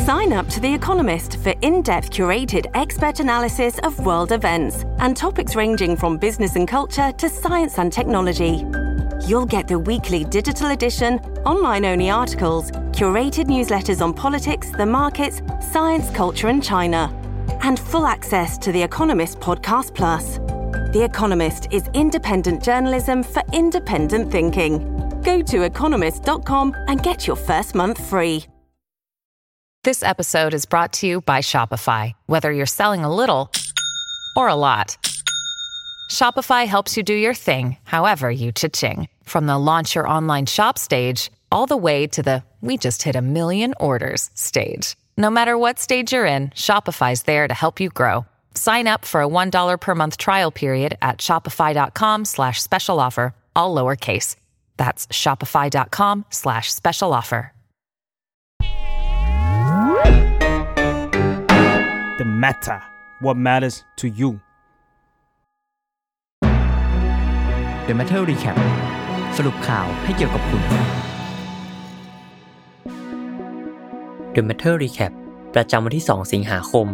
Sign up to The Economist for in-depth curated expert analysis of world events and topics ranging from business and culture to science and technology. You'll get the weekly digital edition, online-only articles, curated newsletters on politics, the markets, science, culture and China, and full access to The Economist Podcast Plus. The Economist is independent journalism for independent thinking. Go to economist.com and get your first month free. This episode is brought to you by Shopify. Whether you're selling a little or a lot, Shopify helps you do your thing, however you cha-ching. From the launch your online shop stage, all the way to the we just hit 1 million orders stage. No matter what stage you're in, Shopify's there to help you grow. Sign up for a $1 per month trial period at shopify.com/special offer, all lowercase. That's shopify.com/special offer. The matter. What matters to you? The Matter Recap สรุปข่าวให้เกี่ยวกับคุณ The Matter Recap ประจำวันที่ 2 สิงหาคม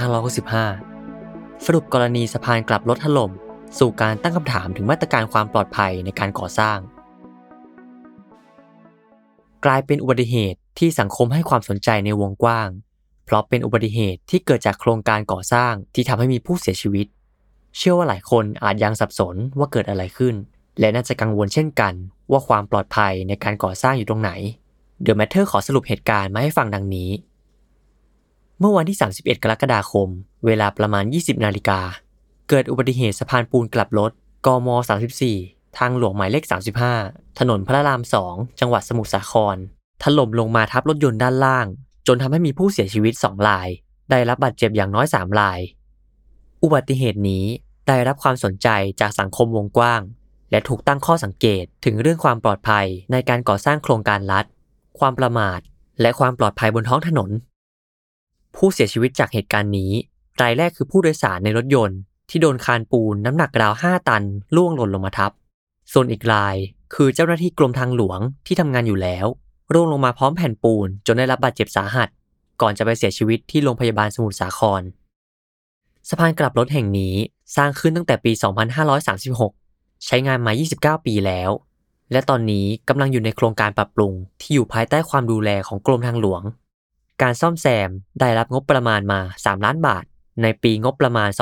2565 สรุปกรณีสะพานกลับรถถล่มสู่การตั้งคำถามถึงมาตรการความปลอดภัยในการก่อสร้างกลายเป็นอุบัติเหตุที่สังคมให้ความสนใจในวงกว้างเพราะเป็นอุบัติเหตุที่เกิดจากโครงการก่อสร้างที่ทำให้มีผู้เสียชีวิตเชื่อว่าหลายคนอาจยังสับสนว่าเกิดอะไรขึ้นและน่าจะกังวลเช่นกันว่าความปลอดภัยในการก่อสร้างอยู่ตรงไหน The Matter ขอสรุปเหตุการณ์มาให้ฟังดังนี้เมื่อวันที่ 31 กรกฎาคมเวลาประมาณ 20 นาฬิกาเกิดอุบัติเหตุสะพานปูนกลับรถกม. 34ทางหลวงหมายเลข 35ถนนพระราม 2จังหวัดสมุทรสาครถล่มลงมาทับรถยนต์ด้านล่างจนทำให้มีผู้เสียชีวิต2รายได้รับบาดเจ็บอย่างน้อย3รายอุบัติเหตุนี้ได้รับความสนใจจากสังคมวงกว้างและถูกตั้งข้อสังเกตถึงเรื่องความปลอดภัยในการก่อสร้างโครงการรัฐความประมาทและความปลอดภัยบนท้องถนนผู้เสียชีวิตจากเหตุการณ์นี้รายแรกคือผู้โดยสารในรถยนต์ที่โดนคานปูนน้ำหนักราว5ตันล่วงหล่นลงมาทับส่วนอีกรายคือเจ้าหน้าที่กรมทางหลวงที่ทำงานอยู่แล้วร่วงลงมาพร้อมแผ่นปูนจนได้รับบาดเจ็บสาหัสก่อนจะไปเสียชีวิตที่โรงพยาบาลสมุทรสาครสะพานกลับรถแห่งนี้สร้างขึ้นตั้งแต่ปี 2536 ใช้งานมา29 ปีแล้วและตอนนี้กำลังอยู่ในโครงการปรับปรุงที่อยู่ภายใต้ความดูแลของกรมทางหลวงการซ่อมแซมได้รับงบประมาณมา3 ล้านบาทในปีงบประมาณ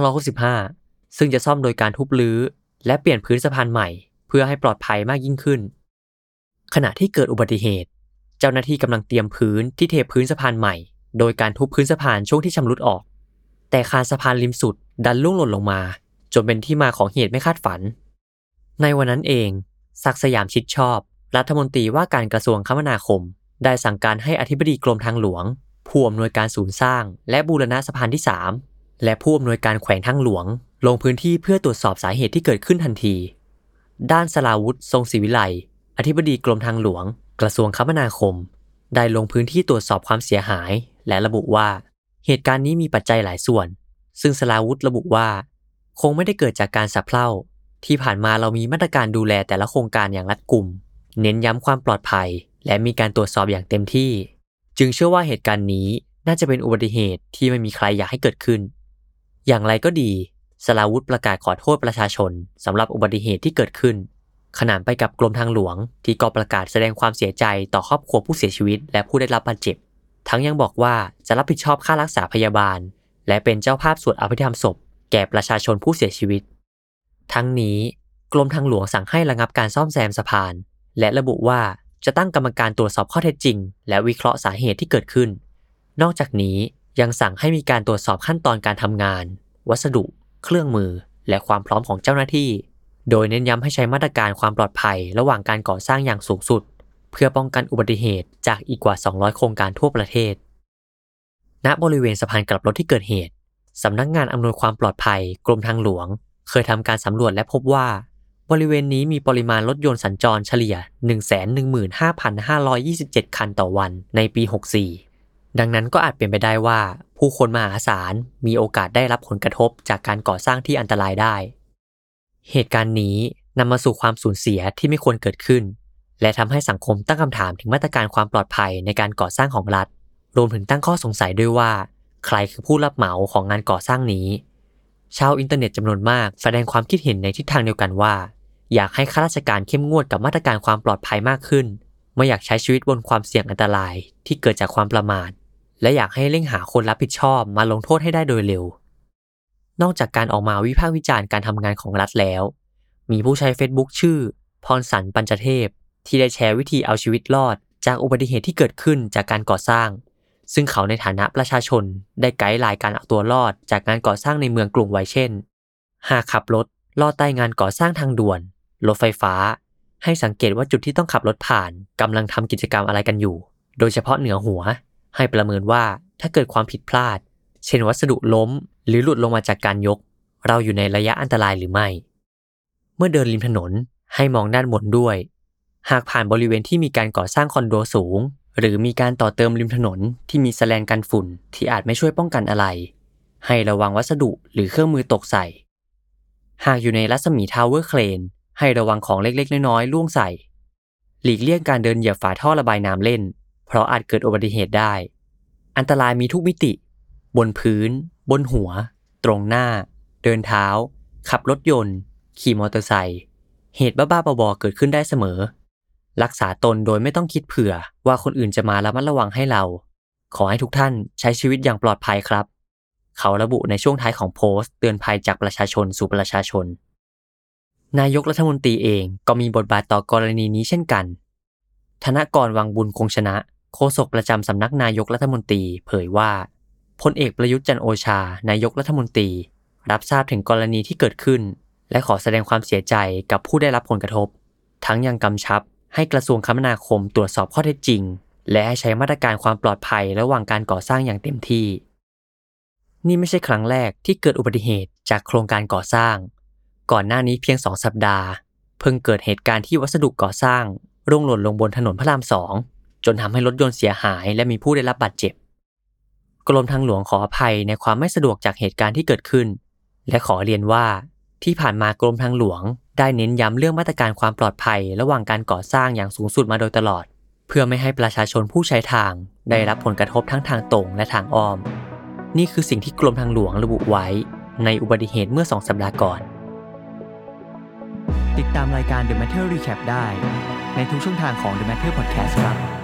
2565 ซึ่งจะซ่อมโดยการทุบรื้อและเปลี่ยนพื้นสะพานใหม่เพื่อให้ปลอดภัยมากยิ่งขึ้นขณะที่เกิดอุบัติเหตุเจ้าหน้าที่กำลังเตรียมพื้นที่เทพื้นสะพานใหม่โดยการทุบพื้นสะพานช่วงที่ชำรุดออกแต่คานสะพานริมสุดดันร่วงหล่นลงมาจนเป็นที่มาของเหตุไม่คาดฝันในวันนั้นเองศักดิ์สยามชิดชอบรัฐมนตรีว่าการกระทรวงคมนาคมได้สั่งการให้อธิบดีกรมทางหลวงผู้อำนวยการศูนย์สร้างและบูรณะสะพานที่3และผู้อำนวยการแขวงทางหลวงลงพื้นที่เพื่อตรวจสอบสาเหตุที่เกิดขึ้นทันทีด้านสราวุธทรงศรีวิไลอธิบดีกรมทางหลวงกระทรวงคมนาคมได้ลงพื้นที่ตรวจสอบความเสียหายและระบุว่าเหตุการณ์นี้มีปัจจัยหลายส่วนซึ่งสราวุธระบุว่าคงไม่ได้เกิดจากการสะเพร่าที่ผ่านมาเรามีมาตรการดูแลแต่ละโครงการอย่างรัดกุมเน้นย้ำความปลอดภัยและมีการตรวจสอบอย่างเต็มที่จึงเชื่อว่าเหตุการณ์นี้น่าจะเป็นอุบัติเหตุที่ไม่มีใครอยากให้เกิดขึ้นอย่างไรก็ดีสราวุธประกาศขอโทษประชาชนสำหรับอุบัติเหตุที่เกิดขึ้นขนานไปกับกรมทางหลวงที่ก็ประกาศแสดงความเสียใจต่อครอบครัวผู้เสียชีวิตและผู้ได้รับบาดเจ็บทั้งยังบอกว่าจะรับผิดชอบค่ารักษาพยาบาลและเป็นเจ้าภาพสวดอภิธรรมศพแก่ประชาชนผู้เสียชีวิตทั้งนี้กรมทางหลวงสั่งให้ระงับการซ่อมแซมสะพานและระบุว่าจะตั้งกรรมการตรวจสอบข้อเท็จจริงและวิเคราะห์สาเหตุที่เกิดขึ้นนอกจากนี้ยังสั่งให้มีการตรวจสอบขั้นตอนการทำงานวัสดุเครื่องมือและความพร้อมของเจ้าหน้าที่โดยเน้นย้ำให้ใช้มาตรการความปลอดภัยระหว่างการก่อสร้างอย่างสูงสุดเพื่อป้องกันอุบัติเหตุจากอีกกว่า200โครงการทั่วประเทศณบริเวณสะพานกลับรถที่เกิดเหตุสำนักงานอำนวยความปลอดภัยกรมทางหลวงเคยทำการสำรวจและพบว่าบริเวณนี้มีปริมาณรถยนต์สัญจรเฉลี่ย 115,527 คันต่อวันในปี 64ดังนั้นก็อาจเป็นไปได้ว่าผู้คนมหาศาลมีโอกาสได้รับผลกระทบจากการก่อสร้างที่อันตรายได้เหตุการณ์นี้นำมาสู่ความสูญเสียที่ไม่ควรเกิดขึ้นและทำให้สังคมตั้งคำถามถึงมาตรการความปลอดภัยในการก่อสร้างของรัฐรวมถึงตั้งข้อสงสัยด้วยว่าใครคือผู้รับเหมาของงานก่อสร้างนี้ชาวอินเทอร์เน็ตจำนวนมากแสดงความคิดเห็นในทิศทางเดียวกันว่าอยากให้ข้าราชการเข้มงวดกับมาตรการความปลอดภัยมากขึ้นไม่อยากใช้ชีวิตบนความเสี่ยงอันตรายที่เกิดจากความประมาทและอยากให้เร่งหาคนรับผิดชอบมาลงโทษให้ได้โดยเร็วนอกจากการออกมาวิพากษ์วิจารณ์การทำงานของรัฐแล้วมีผู้ใช้ Facebook ชื่อพรสันปัญจเทพที่ได้แชร์วิธีเอาชีวิตรอดจากอุบัติเหตุที่เกิดขึ้นจากการก่อสร้างซึ่งเขาในฐานะประชาชนได้ไกด์ไลน์การเอาตัวรอดจากงานก่อสร้างในเมืองกรุงไว้เช่นหากขับรถลอดใต้งานก่อสร้างทางด่วนรถไฟฟ้าให้สังเกตว่าจุดที่ต้องขับรถผ่านกำลังทำกิจกรรมอะไรกันอยู่โดยเฉพาะเหนือหัวให้ประเมินว่าถ้าเกิดความผิดพลาดเช่นวัสดุล้มหรือหลุดลงมาจากการยกเราอยู่ในระยะอันตรายหรือไม่เมื่อเดินริมถนนให้มองด้านบนด้วยหากผ่านบริเวณที่มีการก่อสร้างคอนโดสูงหรือมีการต่อเติมริมถนนที่มีแสแลนกันฝุ่นที่อาจไม่ช่วยป้องกันอะไรให้ระวังวัสดุหรือเครื่องมือตกใส่หากอยู่ในรัศมีทาวเวอร์เครนให้ระวังของเล็กๆน้อยๆล่วงใส่หลีกเลี่ยงการเดินเหยียบฝาท่อระบายน้ำเล่นเพราะอาจเกิดอุบัติเหตุได้อันตรายมีทุกมิติบนพื้นบนหัวตรงหน้าเดินเท้าขับรถยนต์ขี่มอเตอร์ไซค์เหตุบ้าๆบอๆเกิดขึ้นได้เสมอรักษาตนโดยไม่ต้องคิดเผื่อว่าคนอื่นจะมาระมัดระวังให้เราขอให้ทุกท่านใช้ชีวิตอย่างปลอดภัยครับเขาระบุในช่วงท้ายของโพสต์เตือนภัยจากประชาชนสู่ประชาชนนายกรัฐมนตรีเองก็มีบทบาทต่อกรณีนี้เช่นกันธนกร วังบุญคงชนะโฆษกประจำสำนักนายกรัฐมนตรีเผยว่าพลเอกประยุทธ์จันทร์โอชานายกรัฐมนตรีรับทราบถึงกรณีที่เกิดขึ้นและขอแสดงความเสียใจกับผู้ได้รับผลกระทบทั้งยังกำชับให้กระทรวงคมนาคมตรวจสอบข้อเท็จจริงและให้ใช้มาตรการความปลอดภัยระหว่างการก่อสร้างอย่างเต็มที่นี่ไม่ใช่ครั้งแรกที่เกิดอุบัติเหตุจากโครงการก่อสร้างก่อนหน้านี้เพียง2 สัปดาห์เพิ่งเกิดเหตุการณ์ที่วัสดุก่อสร้างร่วงหล่นลงบนถนนพระราม2จนทำให้รถยนต์เสียหายและมีผู้ได้รับบาดเจ็บกรมทางหลวงขออภัยในความไม่สะดวกจากเหตุการณ์ที่เกิดขึ้นและขอเรียนว่าที่ผ่านมากรมทางหลวงได้เน้นย้ำเรื่องมาตรการความปลอดภัยระหว่างการก่อสร้างอย่างสูงสุดมาโดยตลอดเพื่อไม่ให้ประชาชนผู้ใช้ทางได้รับผลกระทบทั้งทางตรงและทางอ้อมนี่คือสิ่งที่กรมทางหลวงระบุไว้ในอุบัติเหตุเมื่อ2 สัปดาห์ก่อนติดตามรายการ The Matter Recap ได้ในทุกช่องทางของ The Matter Podcast ครับ